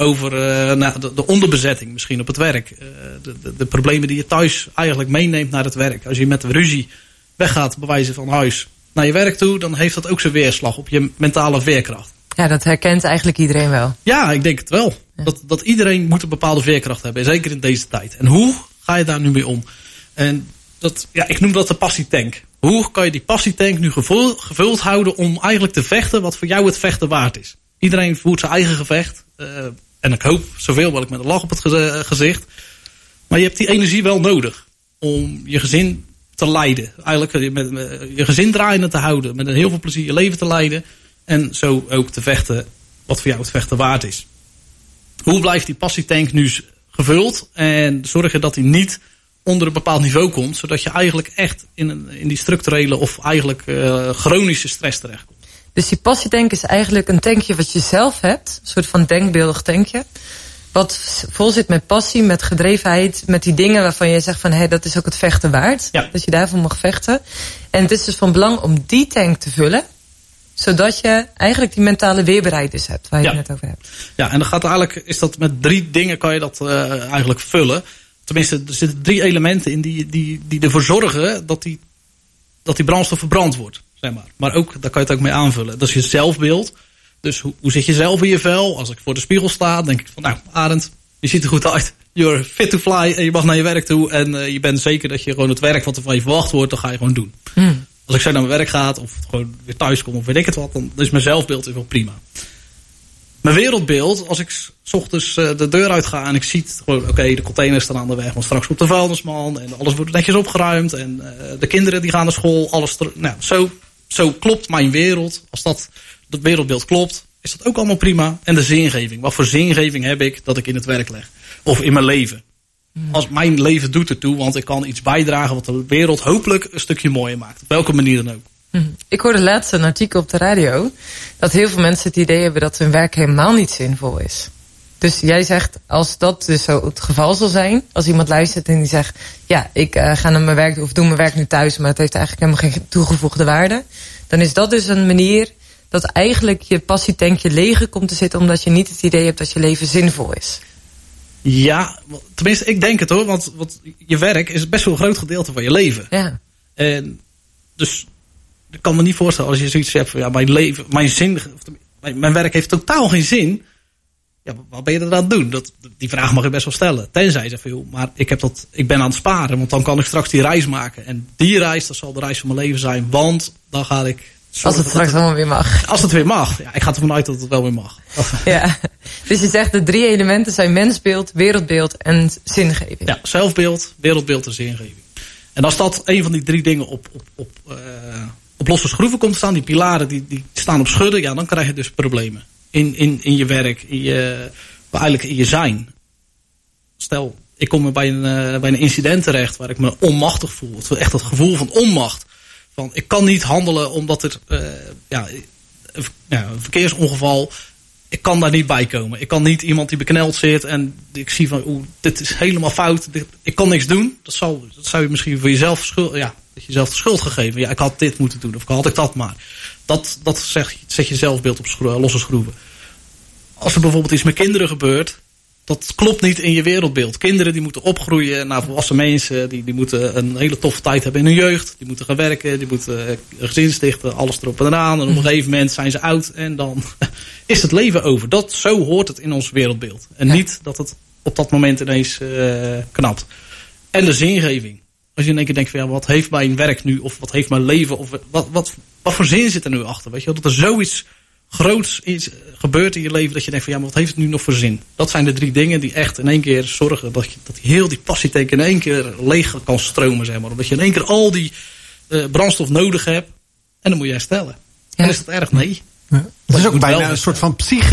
De onderbezetting misschien op het werk. De problemen die je thuis eigenlijk meeneemt naar het werk. Als je met ruzie weggaat bij wijze van huis naar je werk toe, dan heeft dat ook zijn weerslag op je mentale veerkracht. Ja, dat herkent eigenlijk iedereen wel. Ja, ik denk het wel. Ja. Dat iedereen moet een bepaalde veerkracht hebben. Zeker in deze tijd. En hoe ga je daar nu mee om? En ik noem dat de passietank. Hoe kan je die passietank nu gevuld houden om eigenlijk te vechten wat voor jou het vechten waard is? Iedereen voert zijn eigen gevecht. En ik hoop zoveel mogelijk met een lach op het gezicht. Maar je hebt die energie wel nodig om je gezin te leiden. Eigenlijk met je gezin draaiende te houden. Met een heel veel plezier je leven te leiden. En zo ook te vechten wat voor jou het vechten waard is. Hoe blijft die passietank nu gevuld? En zorgen dat hij niet onder een bepaald niveau komt. Zodat je eigenlijk echt in die structurele of eigenlijk chronische stress terechtkomt. Dus die passietank is eigenlijk een tankje wat je zelf hebt. Een soort van denkbeeldig tankje. Wat vol zit met passie, met gedrevenheid. Met die dingen waarvan je zegt van dat is ook het vechten waard. Ja. Dat je daarvoor mag vechten. En het is dus van belang om die tank te vullen. Zodat je eigenlijk die mentale weerbaarheid dus hebt. Waar je het net over hebt. Ja, en dan is dat met 3 dingen kan je dat eigenlijk vullen. Tenminste, er zitten 3 elementen in die ervoor zorgen dat die brandstof verbrand wordt. Zeg maar ook, daar kan je het ook mee aanvullen. Dat is je zelfbeeld. Dus hoe zit je zelf in je vel? Als ik voor de spiegel sta, denk ik van nou, Arend, je ziet er goed uit. You're fit to fly en je mag naar je werk toe. En je bent zeker dat je gewoon het werk wat er van je verwacht wordt, dan ga je gewoon doen. Als ik zo naar mijn werk ga of gewoon weer thuis kom of weet ik het wat, dan is mijn zelfbeeld wel prima. Mijn wereldbeeld, als ik 's ochtends de deur uit ga en ik zie gewoon, oké, de containers staan aan de weg, want straks komt de vuilnisman en alles wordt netjes opgeruimd en de kinderen die gaan naar school, alles. Zo klopt mijn wereld. Als dat wereldbeeld klopt, is dat ook allemaal prima. En de zingeving. Wat voor zingeving heb ik dat ik in het werk leg? Of in mijn leven? Als mijn leven doet ertoe, want ik kan iets bijdragen wat de wereld hopelijk een stukje mooier maakt. Op welke manier dan ook. Ik hoorde laatst een artikel op de radio dat heel veel mensen het idee hebben dat hun werk helemaal niet zinvol is. Dus jij zegt, als dat dus zo het geval zal zijn, als iemand luistert en die zegt, ja, ik ga naar mijn werk of doe mijn werk nu thuis, maar het heeft eigenlijk helemaal geen toegevoegde waarde, dan is dat dus een manier dat eigenlijk je passietankje leeg komt te zitten, omdat je niet het idee hebt dat je leven zinvol is. Ja, tenminste, ik denk het hoor, want je werk is best wel een groot gedeelte van je leven. Ja. En dus ik kan me niet voorstellen als je zoiets hebt van ja, mijn werk heeft totaal geen zin. Ja, wat ben je er aan het doen? Die vraag mag je best wel stellen. Tenzij je zegt van joh, maar ik ben aan het sparen, want dan kan ik straks die reis maken. En die reis, dat zal de reis van mijn leven zijn, want dan ga ik. Als het straks allemaal weer mag. Als het weer mag. Ja, ik ga ervan uit dat het wel weer mag. Ja, dus je zegt de 3 elementen zijn mensbeeld, wereldbeeld en zingeving. Ja, zelfbeeld, wereldbeeld en zingeving. En als dat een van die 3 dingen op losse schroeven komt te staan, die pilaren die staan op schudden, ja, dan krijg je dus problemen. In je werk, eigenlijk in je zijn. Stel, ik kom bij een incident terecht waar ik me onmachtig voel. Echt het gevoel van onmacht. Ik kan niet handelen omdat er een verkeersongeval ik kan daar niet bij komen. Ik kan niet iemand die bekneld zit en ik zie van, dit is helemaal fout. Ik kan niks doen. Dat zou je misschien voor jezelf dat je jezelf de schuld gegeven. Ja, ik had dit moeten doen of had ik dat maar. Dat zet je zelfbeeld op losse schroeven. Als er bijvoorbeeld iets met kinderen gebeurt, dat klopt niet in je wereldbeeld. Kinderen die moeten opgroeien naar volwassen mensen. Die moeten een hele toffe tijd hebben in hun jeugd. Die moeten gaan werken. Die moeten een gezin stichten. Alles erop en eraan. En op een gegeven moment zijn ze oud. En dan is het leven over. Zo hoort het in ons wereldbeeld. En niet dat het op dat moment ineens knapt. En de zingeving. Als je in één keer denkt van wat heeft mijn werk nu? Of wat heeft mijn leven? Of wat voor zin zit er nu achter? Weet je wel? Dat er zoiets groots is gebeurt in je leven dat je denkt van maar wat heeft het nu nog voor zin? Dat zijn de 3 dingen die echt in één keer zorgen dat heel die passietank in één keer leeg kan stromen, zeg maar. Omdat je in één keer al die brandstof nodig hebt en dan moet je herstellen. Ja. En is dat erg? Nee. Ja. Het is ook bijna een soort van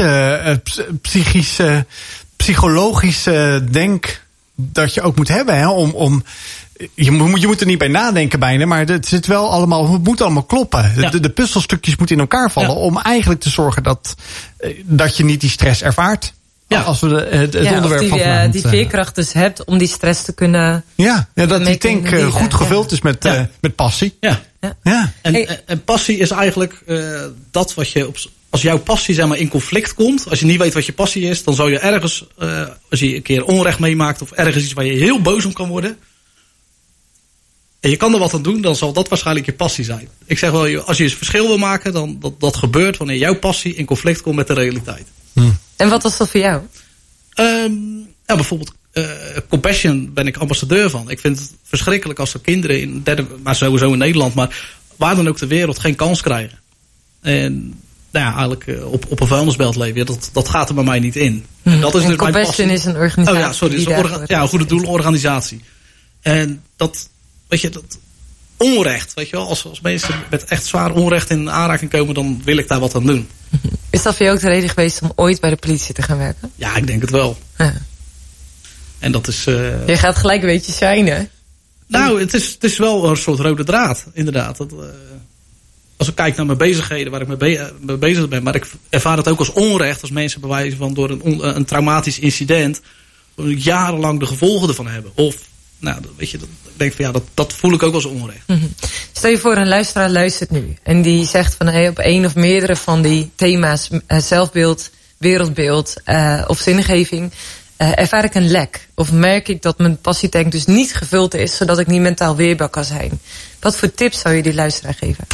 psychologisch denk dat je ook moet hebben, hè, om je moet er niet bij nadenken bijna, maar het zit wel allemaal, het moet allemaal kloppen. Ja. De puzzelstukjes moeten in elkaar vallen om eigenlijk te zorgen dat je niet die stress ervaart. Ja. Als we het onderwerp van vanavond, die veerkracht dus hebt om die stress te kunnen. Ja, dat die tank goed gevuld is met passie. Ja. En passie is eigenlijk dat wat je als jouw passie zeg maar in conflict komt, als je niet weet wat je passie is, dan zou je ergens, als je een keer onrecht meemaakt of ergens iets waar je heel boos om kan worden, en je kan er wat aan doen, dan zal dat waarschijnlijk je passie zijn. Ik zeg wel, als je eens verschil wil maken, dan dat gebeurt wanneer jouw passie in conflict komt met de realiteit. En wat was dat voor jou? Bijvoorbeeld Compassion ben ik ambassadeur van. Ik vind het verschrikkelijk als er kinderen maar sowieso in Nederland, maar waar dan ook ter wereld geen kans krijgen. En eigenlijk op een vuilnisbelt leven, dat gaat er bij mij niet in. En dat is dus Compassion mijn passie. is een organisatie. Een goede doelorganisatie. En dat onrecht, weet je wel, als mensen met echt zwaar onrecht in aanraking komen, dan wil ik daar wat aan doen. Is dat voor jou ook de reden geweest om ooit bij de politie te gaan werken? Ja, ik denk het wel. Ja. En dat is... Je gaat gelijk een beetje shinen. Nou, het is wel een soort rode draad, inderdaad. Als ik kijk naar mijn bezigheden, waar ik mee bezig ben, maar ik ervaar het ook als onrecht, als mensen bewijzen van door een traumatisch incident jarenlang de gevolgen ervan hebben. Of weet je, ik denk van dat voel ik ook als onrecht. Stel je voor, een luisteraar luistert nu en die zegt van op één of meerdere van die thema's, zelfbeeld, wereldbeeld of zingeving, ervaar ik een lek. Of merk ik dat mijn passietank dus niet gevuld is, zodat ik niet mentaal weerbaar kan zijn. Wat voor tips zou je die luisteraar geven?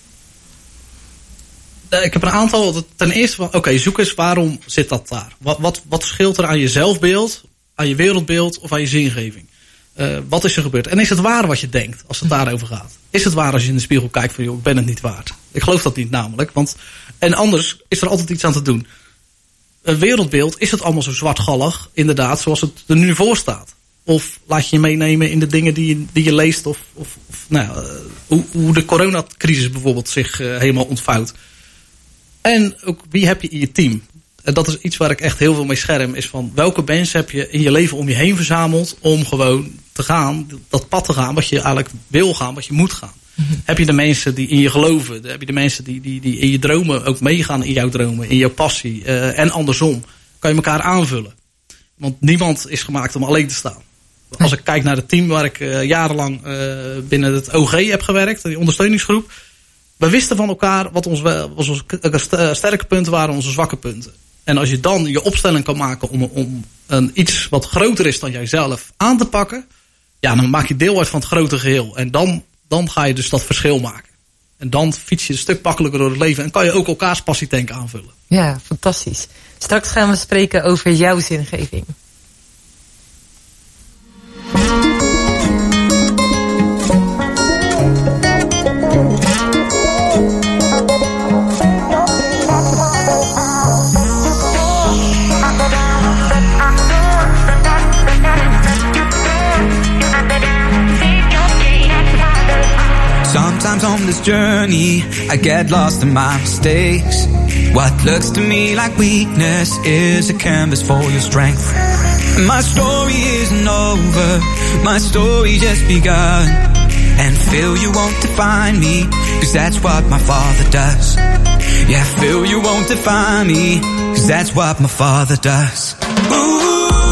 Ik heb een aantal. Ten eerste van, zoek eens waarom zit dat daar? Wat scheelt er aan je zelfbeeld, aan je wereldbeeld of aan je zingeving? Wat is er gebeurd? En is het waar wat je denkt als het daarover gaat? Is het waar als je in de spiegel kijkt van, ik ben het niet waard? Ik geloof dat niet namelijk. En anders is er altijd iets aan te doen. Een wereldbeeld, is het allemaal zo zwartgallig, inderdaad, zoals het er nu voor staat? Of laat je je meenemen in de dingen die je leest? Hoe de coronacrisis bijvoorbeeld zich helemaal ontvouwt? En ook wie heb je in je team? En dat is iets waar ik echt heel veel mee scherm. Is van welke mensen heb je in je leven om je heen verzameld om gewoon te gaan, dat pad te gaan wat je eigenlijk wil gaan, wat je moet gaan. Heb je de mensen die in je geloven? Heb je de mensen die in je dromen ook meegaan in jouw dromen, in jouw passie? En andersom. Kan je elkaar aanvullen? Want niemand is gemaakt om alleen te staan. Als ik kijk naar het team waar ik jarenlang binnen het OG heb gewerkt, die ondersteuningsgroep. We wisten van elkaar wat onze sterke punten waren, onze zwakke punten. En als je dan je opstelling kan maken om iets wat groter is dan jijzelf aan te pakken, dan maak je deel uit van het grote geheel. En dan ga je dus dat verschil maken. En dan fiets je een stuk makkelijker door het leven en kan je ook elkaars passietank aanvullen. Ja, fantastisch. Straks gaan we spreken over jouw zingeving. Sometimes on this journey, I get lost in my mistakes. What looks to me like weakness is a canvas for your strength. My story isn't over, my story just begun. And Phil, you won't define me, cause that's what my father does. Yeah, Phil, you won't define me, 'cause that's what my Father does. Ooh,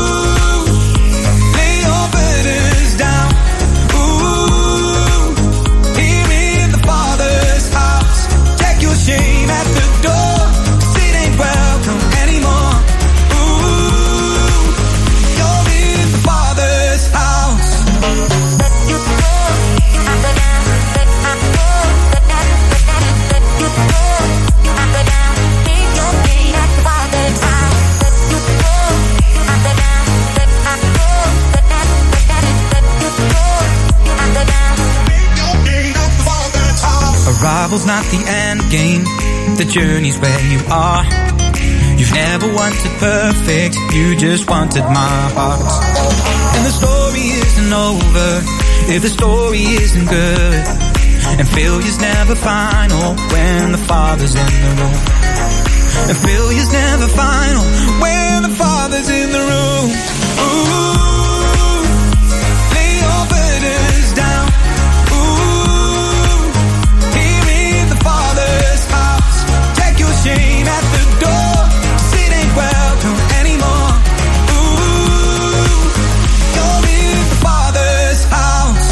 lay your burdens down. Ooh, hear me in the Father's house. Check your shame at the door, 'cause it ain't welcome anymore. Ooh, you're in the Father's house. Arrival's not the end game, the journey's where you are. You've never wanted perfect, you just wanted my heart. And the story isn't over if the story isn't good. And failure's never final when the Father's in the room. And failure's never final when the Father's in the room. Ooh, lay your burdens down. Shame at the door, 'cause it ain't welcome anymore. Ooh, you're in the Father's house.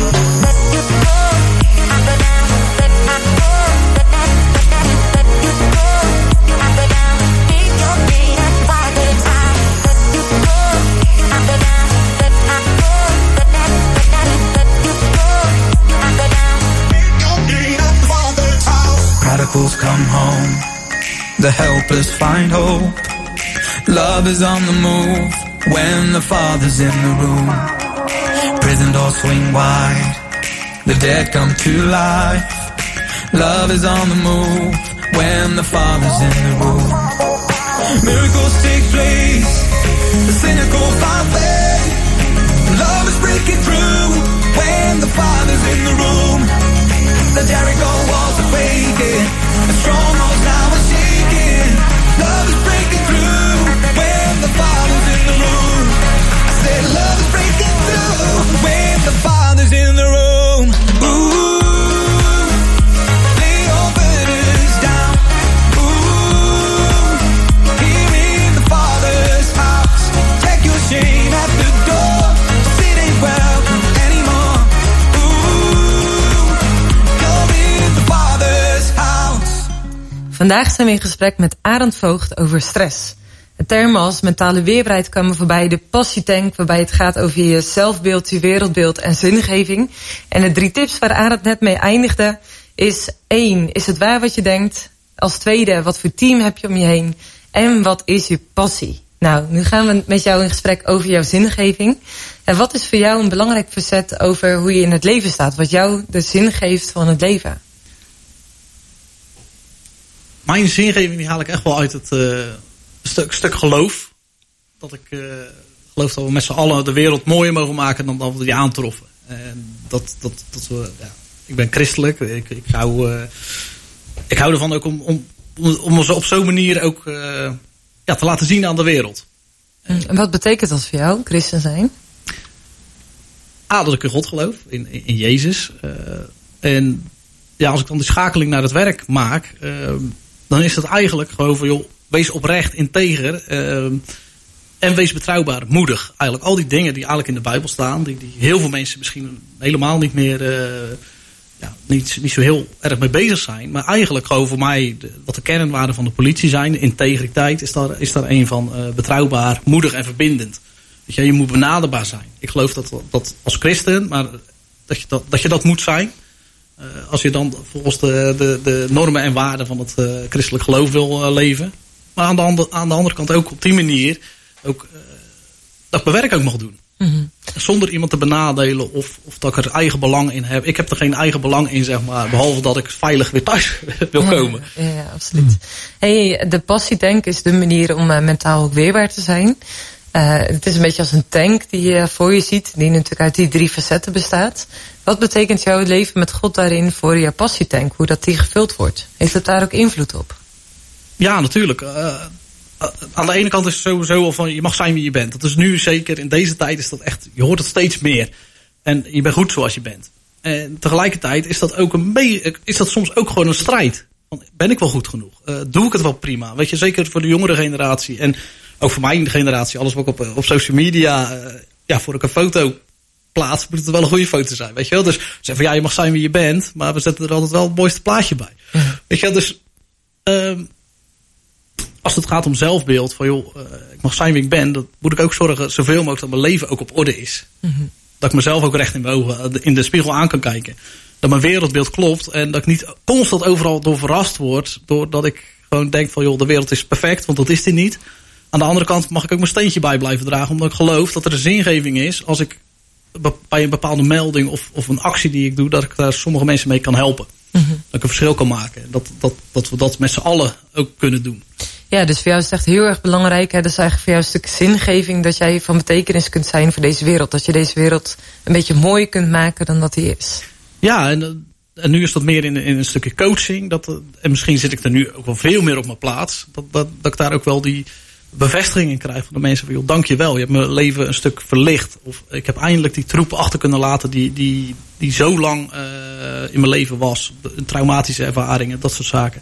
Prodigals come home, the helpless find hope. Love is on the move when the Father's in the room. Prison doors swing wide, the dead come to life. Love is on the move when the Father's in the room. Miracles take place, the cynical find faith. Love is breaking through when the Father's in the room. The Jericho walls are breaking, the strongholds now are shaking. Love is breaking through when the Father's in the room. I said love is breaking through when the Father's in the room. Ooh, lay your burdens down. Ooh, hear me in the Father's house. Check your shame at the door, 'cause it ain't welcome anymore. Ooh, you're in the Father's house. Vandaag zijn we in gesprek met Arend Voogd over stress. De termen als mentale weerbaarheid komen voorbij, de passietank, waarbij het gaat over je zelfbeeld, je wereldbeeld en zingeving. En de 3 tips waar Arend net mee eindigde is: 1. Is het waar wat je denkt? Als tweede, wat voor team heb je om je heen? En wat is je passie? Nou, nu gaan we met jou in gesprek over jouw zingeving. En wat is voor jou een belangrijk facet over hoe je in het leven staat? Wat jou de zin geeft van het leven? Mijn zingeving die haal ik echt wel uit het stuk geloof. Dat ik geloof dat we met z'n allen de wereld mooier mogen maken dan we die aantroffen. En dat we, ja, ik ben christelijk. Ik hou ervan ook om ons op zo'n manier ook te laten zien aan de wereld. En wat betekent dat voor jou, christen zijn? Dat ik in God geloof, in Jezus. En ja, als ik dan die schakeling naar het werk maak, dan is het eigenlijk gewoon van, joh, wees oprecht, integer en wees betrouwbaar, moedig. Eigenlijk al die dingen die eigenlijk in de Bijbel staan, die heel veel mensen misschien helemaal niet meer, niet zo heel erg mee bezig zijn. Maar eigenlijk gewoon voor mij, wat de kernwaarden van de politie zijn, integriteit is daar een van, betrouwbaar, moedig en verbindend. Weet je moet benaderbaar zijn. Ik geloof dat als christen, maar dat je dat moet zijn. Als je dan volgens de normen en waarden van het christelijk geloof wil leven. Maar aan de andere kant ook op die manier ook dat ik mijn werk ook mag doen. Mm-hmm. Zonder iemand te benadelen of dat ik er eigen belang in heb. Ik heb er geen eigen belang in, zeg maar. Behalve dat ik veilig weer thuis wil komen. Ja, absoluut. Mm. Hey, de passietank is de manier om mentaal ook weerbaar te zijn. Het is een beetje als een tank die je voor je ziet. Die natuurlijk uit die 3 facetten bestaat. Wat betekent jouw leven met God daarin voor jouw passietank? Hoe dat die gevuld wordt? Heeft het daar ook invloed op? Ja, natuurlijk. Aan de ene kant is het sowieso al van, je mag zijn wie je bent. Dat is nu zeker, in deze tijd is dat echt, je hoort het steeds meer. En je bent goed zoals je bent. En tegelijkertijd is dat ook is dat soms ook gewoon een strijd. Van, ben ik wel goed genoeg? Doe ik het wel prima? Weet je, zeker voor de jongere generatie. En ook voor mijn generatie. Alles wat ik op social media... voor ik een foto plaats, moet het wel een goede foto zijn. Weet je wel? Dus zeg van, je mag zijn wie je bent. Maar we zetten er altijd wel het mooiste plaatje bij. Ja. Weet je wel? Dus... als het gaat om zelfbeeld, van ik mag zijn wie ik ben, dan moet ik ook zorgen zoveel mogelijk dat mijn leven ook op orde is. Mm-hmm. Dat ik mezelf ook recht in mijn ogen, in de spiegel aan kan kijken. Dat mijn wereldbeeld klopt en dat ik niet constant overal door verrast word, doordat ik gewoon denk van de wereld is perfect, want dat is die niet. Aan de andere kant mag ik ook mijn steentje bij blijven dragen, omdat ik geloof dat er een zingeving is als ik bij een bepaalde melding of een actie die ik doe, dat ik daar sommige mensen mee kan helpen. Mm-hmm. Dat ik een verschil kan maken. Dat we dat met z'n allen ook kunnen doen. Ja, dus voor jou is het echt heel erg belangrijk. Hè? Dat is eigenlijk voor jou een stuk zingeving dat jij van betekenis kunt zijn voor deze wereld. Dat je deze wereld een beetje mooier kunt maken dan dat die is. Ja, en nu is dat meer in een stukje coaching. En misschien zit ik er nu ook wel veel meer op mijn plaats. Dat ik daar ook wel die bevestiging in krijg van de mensen van dank je wel. Je hebt mijn leven een stuk verlicht. Of ik heb eindelijk die troep achter kunnen laten die zo lang in mijn leven was. Traumatische ervaringen, dat soort zaken.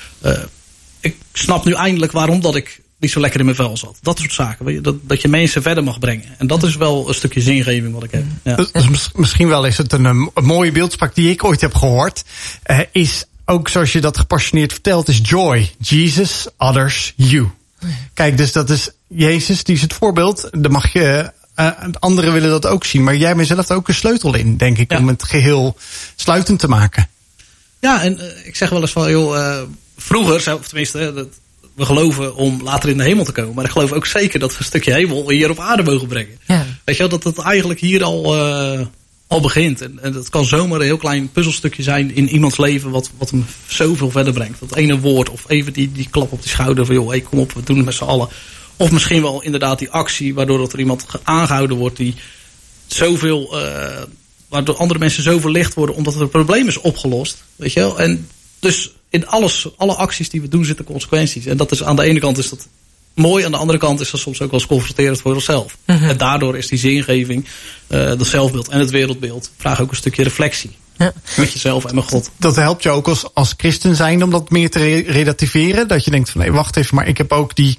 Ik snap nu eindelijk waarom dat ik niet zo lekker in mijn vel zat. Dat soort zaken. Dat je mensen verder mag brengen. En dat is wel een stukje zingeving wat ik heb. Ja. Dus misschien wel is het een mooie beeldspraak die ik ooit heb gehoord. Is ook zoals je dat gepassioneerd vertelt, is joy. Jesus, others, you. Kijk, dus dat is Jezus, die is het voorbeeld. Dan mag je, anderen willen dat ook zien. Maar jij bent zelf ook een sleutel in, denk ik, om het geheel sluitend te maken. Ja, en ik zeg wel eens van, vroeger, of tenminste, we geloven om later in de hemel te komen. Maar ik geloof ook zeker dat we een stukje hemel hier op aarde mogen brengen. Ja. Weet je wel, dat het eigenlijk hier al begint. En dat kan zomaar een heel klein puzzelstukje zijn in iemands leven wat hem zoveel verder brengt. Dat ene woord of even die klap op de schouder van hey, kom op, we doen het met z'n allen. Of misschien wel inderdaad die actie waardoor dat er iemand aangehouden wordt die zoveel, waardoor andere mensen zo verlicht worden omdat er een probleem is opgelost. Weet je wel? En dus in alle acties die we doen zitten consequenties. En dat is aan de ene kant is dat mooi, aan de andere kant is dat soms ook wel eens confronterend voor onszelf. Mm-hmm. En daardoor is die zingeving, dat zelfbeeld en het wereldbeeld, vragen ook een stukje reflectie. Ja. Met jezelf en met God. Dat helpt je ook als christen zijn om dat meer te relativeren. Dat je denkt van nee, wacht even, maar ik heb ook die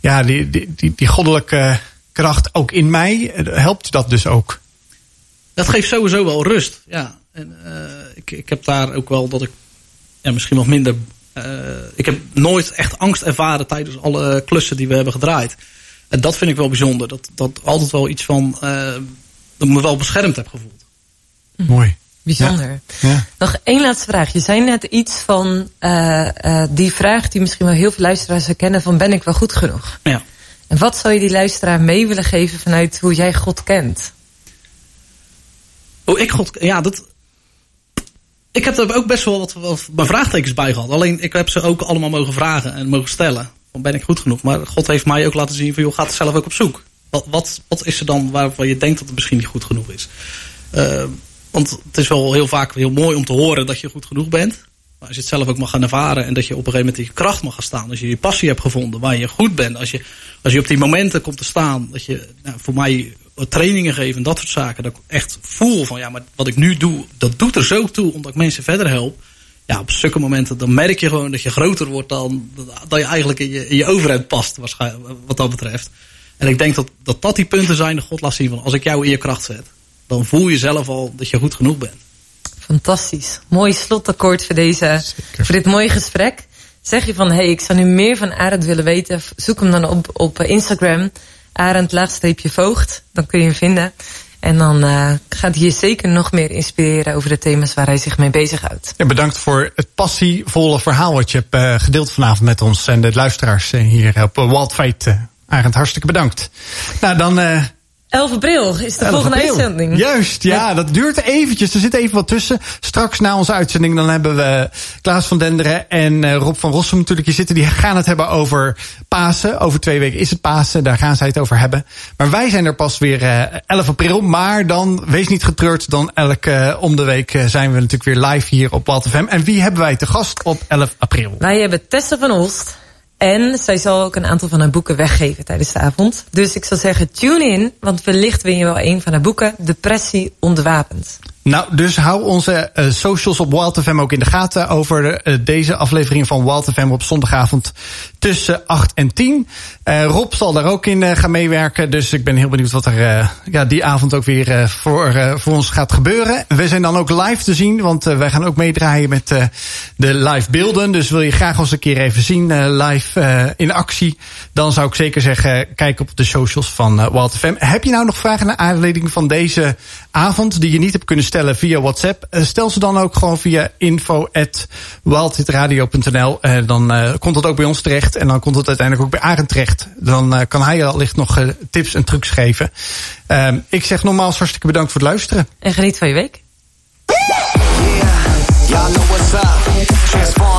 goddelijke kracht ook in mij. Helpt je dat dus ook? Dat geeft sowieso wel rust. Ja. En ik heb daar ook wel dat ik misschien nog minder. Ik heb nooit echt angst ervaren tijdens alle klussen die we hebben gedraaid. En dat vind ik wel bijzonder. Dat altijd wel iets van dat ik me wel beschermd heb gevoeld. Mooi. Bijzonder. Ja. Nog één laatste vraag. Je zei net iets van die vraag die misschien wel heel veel luisteraars herkennen van ben ik wel goed genoeg? Ja. En wat zou je die luisteraar mee willen geven vanuit hoe jij God kent? Hoe ik God... Ja, ik heb er ook best wel wat mijn vraagtekens bij gehad. Alleen ik heb ze ook allemaal mogen vragen en mogen stellen. Van ben ik goed genoeg? Maar God heeft mij ook laten zien van gaat zelf ook op zoek. Wat is er dan waarvan je denkt dat het misschien niet goed genoeg is? Want het is wel heel vaak heel mooi om te horen dat je goed genoeg bent. Maar als je het zelf ook mag gaan ervaren en dat je op een gegeven moment in je kracht mag gaan staan. Als je je passie hebt gevonden, waar je goed bent. Als je op die momenten komt te staan. Dat je voor mij trainingen geven en dat soort zaken. Dat ik echt voel van maar wat ik nu doe, dat doet er zo toe omdat ik mensen verder help. Ja, op zulke momenten dan merk je gewoon dat je groter wordt dan je eigenlijk in je overheid past. Waarschijnlijk, wat dat betreft. En ik denk dat die punten zijn dat God laat zien van als ik jou in je kracht zet. Dan voel je zelf al dat je goed genoeg bent. Fantastisch. Mooi slotakkoord voor dit mooie gesprek. Zeg je van, ik zou nu meer van Arend willen weten. Zoek hem dan op Instagram. Arend_Voogd. Dan kun je hem vinden. En dan gaat hij je zeker nog meer inspireren over de thema's waar hij zich mee bezighoudt. Ja, bedankt voor het passievolle verhaal wat je hebt gedeeld vanavond met ons. En de luisteraars hier op Wild Fate. Arend, hartstikke bedankt. Nou, dan... 11 april is de volgende uitzending. Juist, ja, dat duurt eventjes. Er zit even wat tussen. Straks na onze uitzending dan hebben we Klaas van Denderen en Rob van Rossum natuurlijk hier zitten. Die gaan het hebben over Pasen. Over 2 weken is het Pasen, daar gaan zij het over hebben. Maar wij zijn er pas weer 11 april. Maar dan, wees niet getreurd, dan om de week zijn we natuurlijk weer live hier op Wild FM. En wie hebben wij te gast op 11 april? Wij hebben Tessa van Olst. En zij zal ook een aantal van haar boeken weggeven tijdens de avond. Dus ik zou zeggen, tune in, want wellicht win je wel een van haar boeken. Depressie ontwapend. Nou, dus hou onze socials op Wild FM ook in de gaten over deze aflevering van Wild FM op zondagavond tussen 8 en 10. Rob zal daar ook in gaan meewerken, dus ik ben heel benieuwd wat er die avond ook weer voor ons gaat gebeuren. We zijn dan ook live te zien, want wij gaan ook meedraaien met de live beelden. Dus wil je graag eens een keer even zien live in actie, dan zou ik zeker zeggen, kijk op de socials van Wild FM. Heb je nou nog vragen naar aanleiding van deze avond die je niet hebt kunnen stellen via WhatsApp? Stel ze dan ook gewoon via info@wildhitradio.nl. Dan komt het ook bij ons terecht en dan komt het uiteindelijk ook bij Arend terecht. Dan kan hij allicht nog tips en trucs geven. Ik zeg nogmaals hartstikke bedankt voor het luisteren. En geniet van je week. Y'all know what's up. Transform